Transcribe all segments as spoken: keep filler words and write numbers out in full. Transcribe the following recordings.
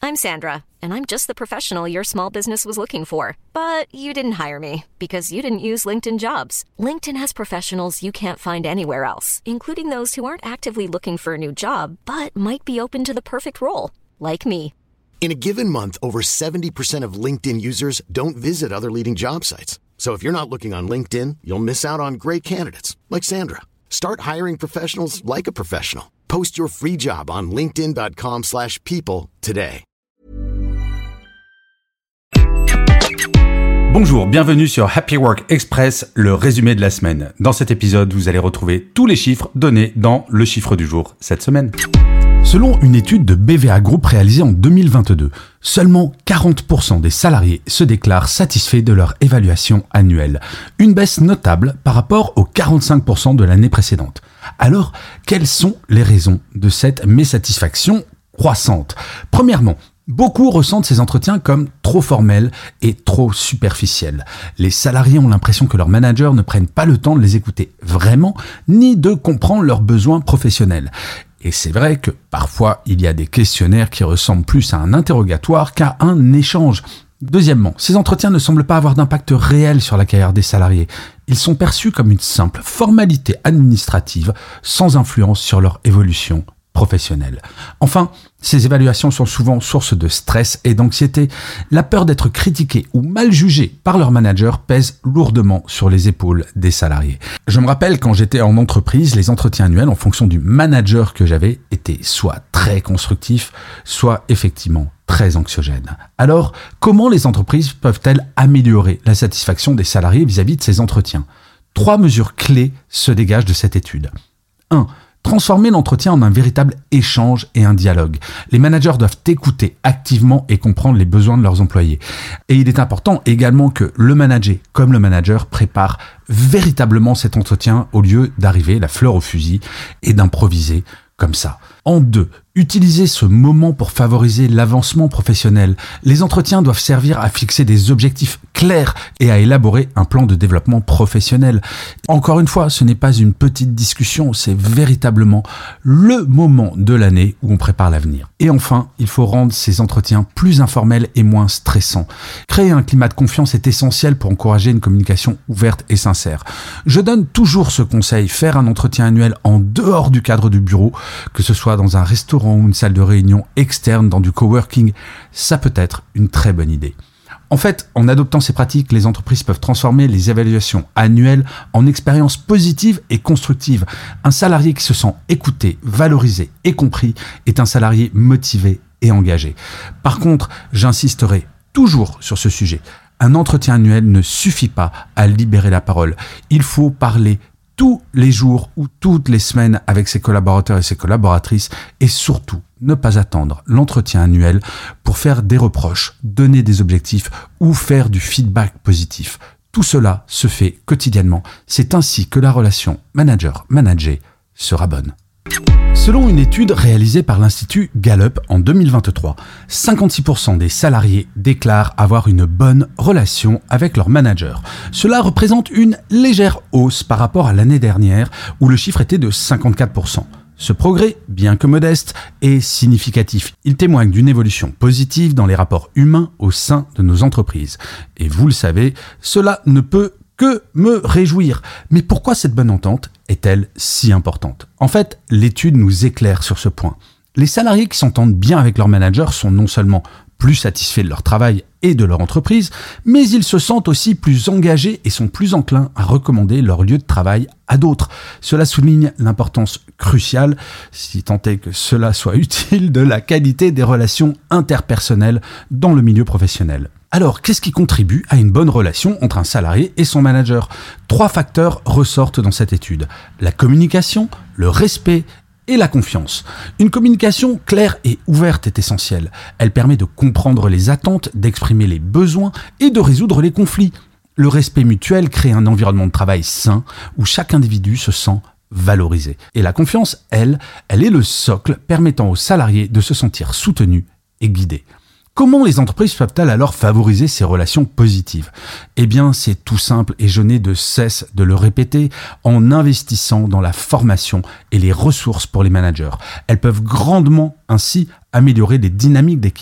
I'm Sandra, and I'm just the professional your small business was looking for. But you didn't hire me because you didn't use LinkedIn Jobs. LinkedIn has professionals you can't find anywhere else, including those who aren't actively looking for a new job, but might be open to the perfect role, like me. In a given month, over seventy percent of LinkedIn users don't visit other leading job sites. So if you're not looking on LinkedIn, you'll miss out on great candidates like Sandra. Start hiring professionals like a professional. Post your free job on linkedin dot com slash people today. Bonjour, bienvenue sur Happy Work Express, le résumé de la semaine. Dans cet épisode, vous allez retrouver tous les chiffres donnés dans le chiffre du jour cette semaine. Selon une étude de B V A Group réalisée en deux mille vingt-deux, seulement quarante pour cent des salariés se déclarent satisfaits de leur évaluation annuelle, une baisse notable par rapport aux quarante-cinq pour cent de l'année précédente. Alors, quelles sont les raisons de cette mésatisfaction croissante ? Premièrement, beaucoup ressentent ces entretiens comme trop formels et trop superficiels. Les salariés ont l'impression que leurs managers ne prennent pas le temps de les écouter vraiment, ni de comprendre leurs besoins professionnels. Et c'est vrai que parfois, il y a des questionnaires qui ressemblent plus à un interrogatoire qu'à un échange. Deuxièmement, ces entretiens ne semblent pas avoir d'impact réel sur la carrière des salariés. Ils sont perçus comme une simple formalité administrative sans influence sur leur évolution professionnelle. Enfin, ces évaluations sont souvent source de stress et d'anxiété. La peur d'être critiqué ou mal jugé par leur manager pèse lourdement sur les épaules des salariés. Je me rappelle quand j'étais en entreprise, les entretiens annuels en fonction du manager que j'avais étaient soit très constructifs, soit effectivement très anxiogènes. Alors, comment les entreprises peuvent-elles améliorer la satisfaction des salariés vis-à-vis de ces entretiens ? Trois mesures clés se dégagent de cette étude. un. Transformer l'entretien en un véritable échange et un dialogue. Les managers doivent écouter activement et comprendre les besoins de leurs employés. Et il est important également que le manager, comme le manager, prépare véritablement cet entretien au lieu d'arriver la fleur au fusil et d'improviser comme ça. En deux, utiliser ce moment pour favoriser l'avancement professionnel. Les entretiens doivent servir à fixer des objectifs clairs et à élaborer un plan de développement professionnel. Encore une fois, ce n'est pas une petite discussion, c'est véritablement le moment de l'année où on prépare l'avenir. Et enfin, il faut rendre ces entretiens plus informels et moins stressants. Créer un climat de confiance est essentiel pour encourager une communication ouverte et sincère. Je donne toujours ce conseil, faire un entretien annuel en dehors du cadre du bureau, que ce soit dans un restaurant ou une salle de réunion externe, dans du coworking, ça peut être une très bonne idée. En fait, en adoptant ces pratiques, les entreprises peuvent transformer les évaluations annuelles en expériences positives et constructives. Un salarié qui se sent écouté, valorisé et compris est un salarié motivé et engagé. Par contre, j'insisterai toujours sur ce sujet. Un entretien annuel ne suffit pas à libérer la parole. Il faut parler tous les jours ou toutes les semaines avec ses collaborateurs et ses collaboratrices et surtout ne pas attendre l'entretien annuel pour faire des reproches, donner des objectifs ou faire du feedback positif. Tout cela se fait quotidiennement. C'est ainsi que la relation manager-manager sera bonne. Selon une étude réalisée par l'Institut Gallup en deux mille vingt-trois, cinquante-six pour cent des salariés déclarent avoir une bonne relation avec leur manager. Cela représente une légère hausse par rapport à l'année dernière où le chiffre était de cinquante-quatre pour cent. Ce progrès, bien que modeste, est significatif. Il témoigne d'une évolution positive dans les rapports humains au sein de nos entreprises. Et vous le savez, cela ne peut que me réjouir. Mais pourquoi cette bonne entente est-elle si importante ? En fait, l'étude nous éclaire sur ce point. Les salariés qui s'entendent bien avec leur manager sont non seulement plus satisfaits de leur travail et de leur entreprise, mais ils se sentent aussi plus engagés et sont plus enclins à recommander leur lieu de travail à d'autres. Cela souligne l'importance cruciale, si tant est que cela soit utile, de la qualité des relations interpersonnelles dans le milieu professionnel. Alors, qu'est-ce qui contribue à une bonne relation entre un salarié et son manager ? Trois facteurs ressortent dans cette étude. La communication, le respect et la confiance. Une communication claire et ouverte est essentielle. Elle permet de comprendre les attentes, d'exprimer les besoins et de résoudre les conflits. Le respect mutuel crée un environnement de travail sain où chaque individu se sent valorisé. Et la confiance, elle, elle est le socle permettant aux salariés de se sentir soutenus et guidés. Comment les entreprises peuvent-elles alors favoriser ces relations positives ? Eh bien, c'est tout simple et je n'ai de cesse de le répéter, en investissant dans la formation et les ressources pour les managers. Elles peuvent grandement ainsi améliorer les dynamiques d'équipe.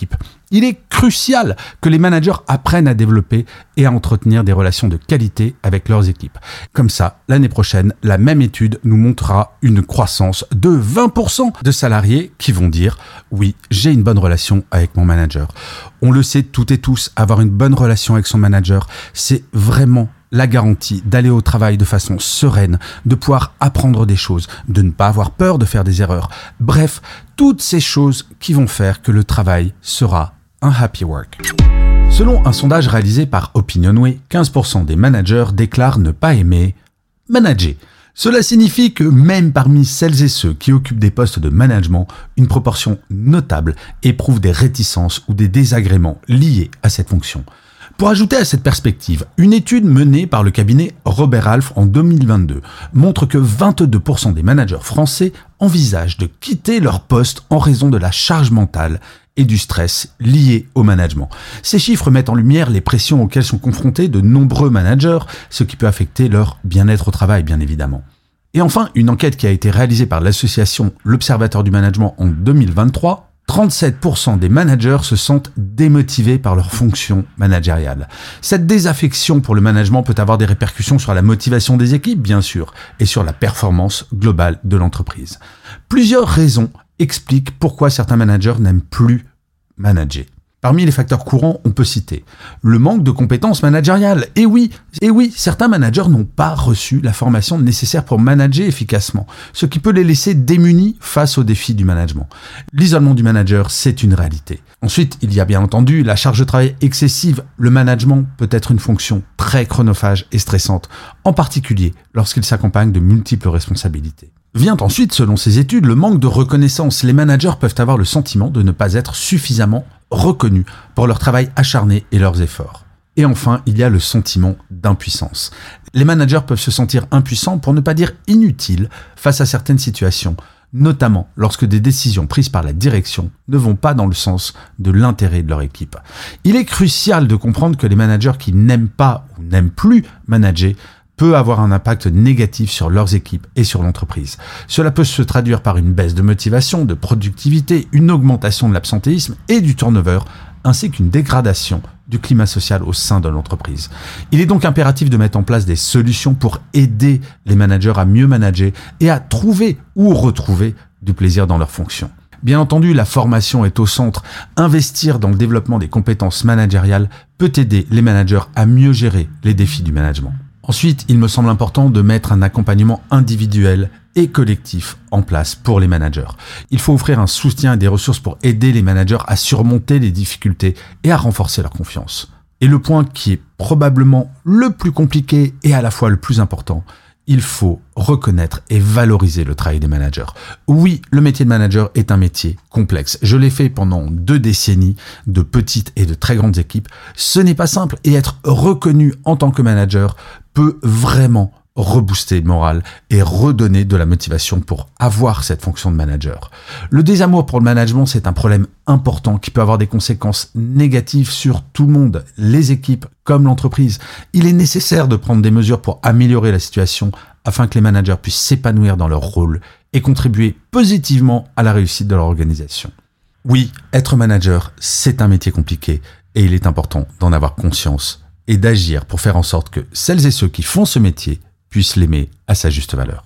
Il est crucial que les managers apprennent à développer et à entretenir des relations de qualité avec leurs équipes. Comme ça, l'année prochaine, la même étude nous montrera une croissance de vingt pour cent de salariés qui vont dire « Oui, j'ai une bonne relation avec mon manager ». On le sait toutes et tous, avoir une bonne relation avec son manager, c'est vraiment la garantie d'aller au travail de façon sereine, de pouvoir apprendre des choses, de ne pas avoir peur de faire des erreurs. Bref, toutes ces choses qui vont faire que le travail sera un happy work. Selon un sondage réalisé par Opinionway, quinze pour cent des managers déclarent ne pas aimer manager. Cela signifie que même parmi celles et ceux qui occupent des postes de management, une proportion notable éprouve des réticences ou des désagréments liés à cette fonction. Pour ajouter à cette perspective, une étude menée par le cabinet Robert Half en deux mille vingt-deux montre que vingt-deux pour cent des managers français envisagent de quitter leur poste en raison de la charge mentale et du stress liés au management. Ces chiffres mettent en lumière les pressions auxquelles sont confrontés de nombreux managers, ce qui peut affecter leur bien-être au travail, bien évidemment. Et enfin, une enquête qui a été réalisée par l'association L'Observateur du Management en deux mille vingt-trois, trente-sept pour cent des managers se sentent démotivés par leur fonction managériale. Cette désaffection pour le management peut avoir des répercussions sur la motivation des équipes, bien sûr, et sur la performance globale de l'entreprise. Plusieurs raisons expliquent pourquoi certains managers n'aiment plus manager. Parmi les facteurs courants, on peut citer le manque de compétences managériales. Et oui, et oui, certains managers n'ont pas reçu la formation nécessaire pour manager efficacement, ce qui peut les laisser démunis face aux défis du management. L'isolement du manager, c'est une réalité. Ensuite, il y a bien entendu la charge de travail excessive. Le management peut être une fonction très chronophage et stressante, en particulier lorsqu'il s'accompagne de multiples responsabilités. Vient ensuite, selon ces études, le manque de reconnaissance. Les managers peuvent avoir le sentiment de ne pas être suffisamment reconnus pour leur travail acharné et leurs efforts. Et enfin, il y a le sentiment d'impuissance. Les managers peuvent se sentir impuissants, pour ne pas dire inutiles, face à certaines situations, notamment lorsque des décisions prises par la direction ne vont pas dans le sens de l'intérêt de leur équipe. Il est crucial de comprendre que les managers qui n'aiment pas ou n'aiment plus manager peut avoir un impact négatif sur leurs équipes et sur l'entreprise. Cela peut se traduire par une baisse de motivation, de productivité, une augmentation de l'absentéisme et du turnover, ainsi qu'une dégradation du climat social au sein de l'entreprise. Il est donc impératif de mettre en place des solutions pour aider les managers à mieux manager et à trouver ou retrouver du plaisir dans leurs fonctions. Bien entendu, la formation est au centre. Investir dans le développement des compétences managériales peut aider les managers à mieux gérer les défis du management. Ensuite, il me semble important de mettre un accompagnement individuel et collectif en place pour les managers. Il faut offrir un soutien et des ressources pour aider les managers à surmonter les difficultés et à renforcer leur confiance. Et le point qui est probablement le plus compliqué et à la fois le plus important, il faut reconnaître et valoriser le travail des managers. Oui, le métier de manager est un métier complexe. Je l'ai fait pendant deux décennies de petites et de très grandes équipes. Ce n'est pas simple et être reconnu en tant que manager peut vraiment rebooster le moral et redonner de la motivation pour avoir cette fonction de manager. Le désamour pour le management, c'est un problème important qui peut avoir des conséquences négatives sur tout le monde, les équipes comme l'entreprise. Il est nécessaire de prendre des mesures pour améliorer la situation afin que les managers puissent s'épanouir dans leur rôle et contribuer positivement à la réussite de leur organisation. Oui, être manager, c'est un métier compliqué et il est important d'en avoir conscience et d'agir pour faire en sorte que celles et ceux qui font ce métier puissent l'aimer à sa juste valeur.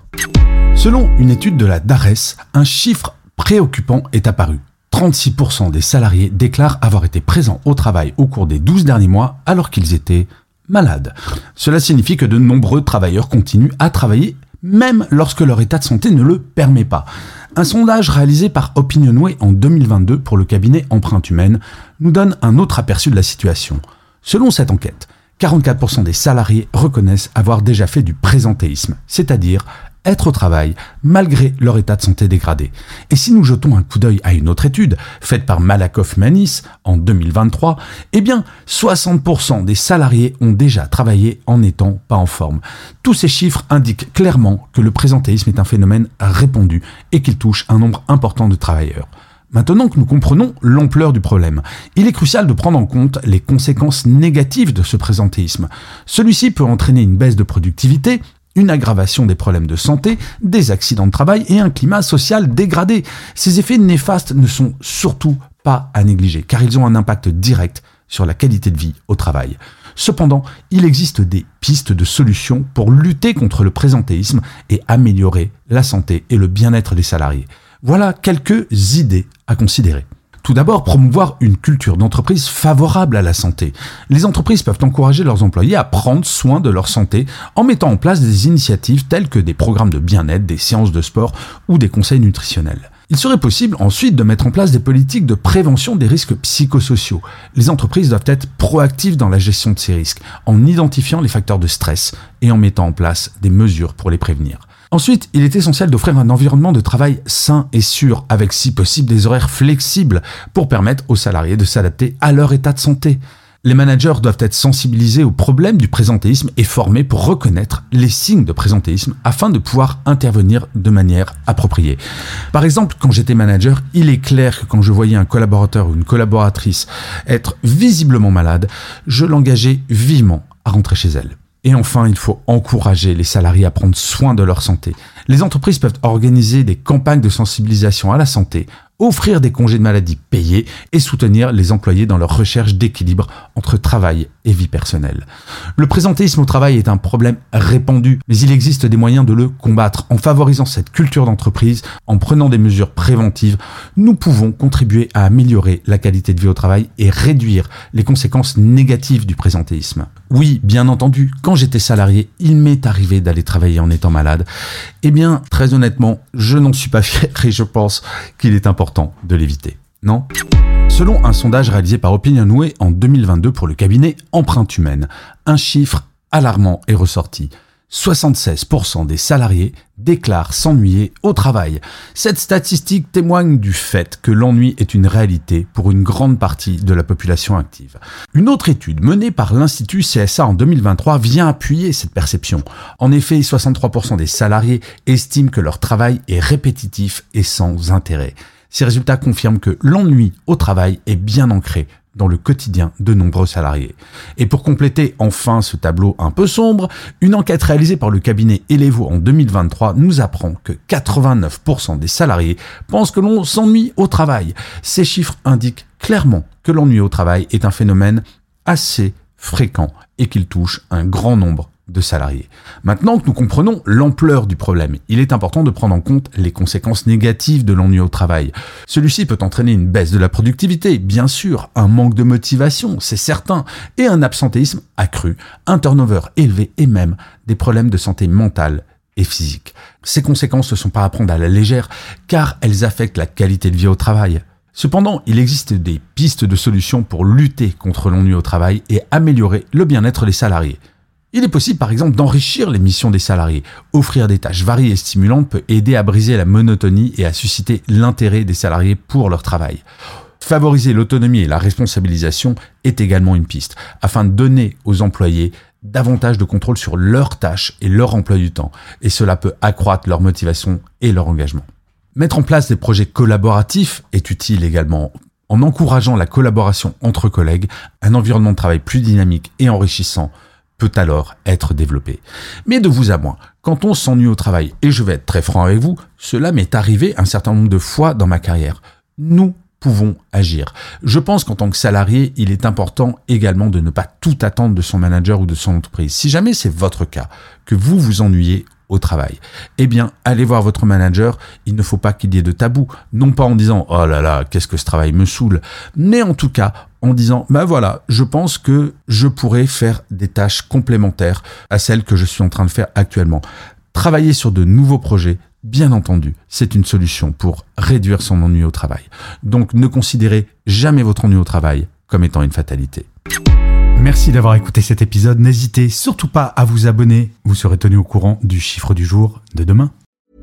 Selon une étude de la DARES, un chiffre préoccupant est apparu. trente-six pour cent des salariés déclarent avoir été présents au travail au cours des douze derniers mois alors qu'ils étaient malades. Cela signifie que de nombreux travailleurs continuent à travailler même lorsque leur état de santé ne le permet pas. Un sondage réalisé par Opinionway en deux mille vingt-deux pour le cabinet Empreinte Humaine nous donne un autre aperçu de la situation. Selon cette enquête, quarante-quatre pour cent des salariés reconnaissent avoir déjà fait du présentéisme, c'est-à-dire être au travail malgré leur état de santé dégradé. Et si nous jetons un coup d'œil à une autre étude faite par Malakoff Manis en deux mille vingt-trois, eh bien soixante pour cent des salariés ont déjà travaillé en n'étant pas en forme. Tous ces chiffres indiquent clairement que le présentéisme est un phénomène répandu et qu'il touche un nombre important de travailleurs. Maintenant que nous comprenons l'ampleur du problème, il est crucial de prendre en compte les conséquences négatives de ce présentéisme. Celui-ci peut entraîner une baisse de productivité, une aggravation des problèmes de santé, des accidents de travail et un climat social dégradé. Ces effets néfastes ne sont surtout pas à négliger, car ils ont un impact direct sur la qualité de vie au travail. Cependant, il existe des pistes de solutions pour lutter contre le présentéisme et améliorer la santé et le bien-être des salariés. Voilà quelques idées à considérer. Tout d'abord, promouvoir une culture d'entreprise favorable à la santé. Les entreprises peuvent encourager leurs employés à prendre soin de leur santé en mettant en place des initiatives telles que des programmes de bien-être, des séances de sport ou des conseils nutritionnels. Il serait possible ensuite de mettre en place des politiques de prévention des risques psychosociaux. Les entreprises doivent être proactives dans la gestion de ces risques, en identifiant les facteurs de stress et en mettant en place des mesures pour les prévenir. Ensuite, il est essentiel d'offrir un environnement de travail sain et sûr, avec si possible des horaires flexibles pour permettre aux salariés de s'adapter à leur état de santé. Les managers doivent être sensibilisés aux problèmes du présentéisme et formés pour reconnaître les signes de présentéisme afin de pouvoir intervenir de manière appropriée. Par exemple, quand j'étais manager, il est clair que quand je voyais un collaborateur ou une collaboratrice être visiblement malade, je l'engageais vivement à rentrer chez elle. Et enfin, il faut encourager les salariés à prendre soin de leur santé. Les entreprises peuvent organiser des campagnes de sensibilisation à la santé, offrir des congés de maladie payés et soutenir les employés dans leur recherche d'équilibre entre travail et vie personnelle. Le présentéisme au travail est un problème répandu, mais il existe des moyens de le combattre. En favorisant cette culture d'entreprise, en prenant des mesures préventives, nous pouvons contribuer à améliorer la qualité de vie au travail et réduire les conséquences négatives du présentéisme. Oui, bien entendu, quand j'étais salarié, il m'est arrivé d'aller travailler en étant malade. Eh bien, très honnêtement, je n'en suis pas fier et je pense qu'il est important de l'éviter, non ? Selon un sondage réalisé par Opinionway en deux mille vingt-deux pour le cabinet Empreinte Humaine, un chiffre alarmant est ressorti. soixante-seize pour cent des salariés déclarent s'ennuyer au travail. Cette statistique témoigne du fait que l'ennui est une réalité pour une grande partie de la population active. Une autre étude menée par l'Institut C S A en deux mille vingt-trois vient appuyer cette perception. En effet, soixante-trois pour cent des salariés estiment que leur travail est répétitif et sans intérêt. Ces résultats confirment que l'ennui au travail est bien ancré dans le quotidien de nombreux salariés. Et pour compléter enfin ce tableau un peu sombre, une enquête réalisée par le cabinet Elevo en deux mille vingt-trois nous apprend que quatre-vingt-neuf pour cent des salariés pensent que l'on s'ennuie au travail. Ces chiffres indiquent clairement que l'ennui au travail est un phénomène assez fréquent et qu'il touche un grand nombre de salariés. Maintenant que nous comprenons l'ampleur du problème, il est important de prendre en compte les conséquences négatives de l'ennui au travail. Celui-ci peut entraîner une baisse de la productivité, bien sûr, un manque de motivation, c'est certain, et un absentéisme accru, un turnover élevé et même des problèmes de santé mentale et physique. Ces conséquences ne sont pas à prendre à la légère, car elles affectent la qualité de vie au travail. Cependant, il existe des pistes de solutions pour lutter contre l'ennui au travail et améliorer le bien-être des salariés. Il est possible par exemple d'enrichir les missions des salariés. Offrir des tâches variées et stimulantes peut aider à briser la monotonie et à susciter l'intérêt des salariés pour leur travail. Favoriser l'autonomie et la responsabilisation est également une piste, afin de donner aux employés davantage de contrôle sur leurs tâches et leur emploi du temps, et cela peut accroître leur motivation et leur engagement. Mettre en place des projets collaboratifs est utile également. En encourageant la collaboration entre collègues, un environnement de travail plus dynamique et enrichissant peut alors être développé. Mais de vous à moi, quand on s'ennuie au travail, et je vais être très franc avec vous, cela m'est arrivé un certain nombre de fois dans ma carrière. Nous pouvons agir. Je pense qu'en tant que salarié, il est important également de ne pas tout attendre de son manager ou de son entreprise. Si jamais c'est votre cas, que vous vous ennuyez au travail, eh bien, allez voir votre manager. Il ne faut pas qu'il y ait de tabou. Non pas en disant « Oh là là, qu'est-ce que ce travail me saoule », mais en tout cas en disant « Ben voilà, je pense que je pourrais faire des tâches complémentaires à celles que je suis en train de faire actuellement. » Travailler sur de nouveaux projets, bien entendu, c'est une solution pour réduire son ennui au travail. Donc, ne considérez jamais votre ennui au travail comme étant une fatalité. Merci d'avoir écouté cet épisode. N'hésitez surtout pas à vous abonner. Vous serez tenu au courant du chiffre du jour de demain.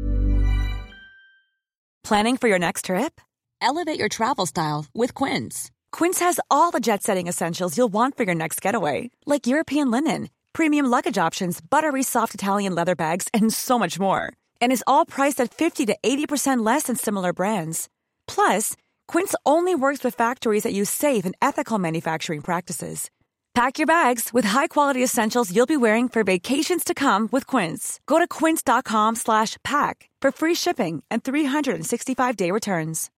Planning for your next trip? Elevate your travel style with Quince. Quince has all the jet-setting essentials you'll want for your next getaway, like European linen, premium luggage options, buttery soft Italian leather bags, and so much more. And is all priced at fifty to eighty percent less than similar brands. Plus, Quince only works with factories that use safe and ethical manufacturing practices. Pack your bags with high-quality essentials you'll be wearing for vacations to come with Quince. Go to quince.com slash pack for free shipping and three sixty-five day returns.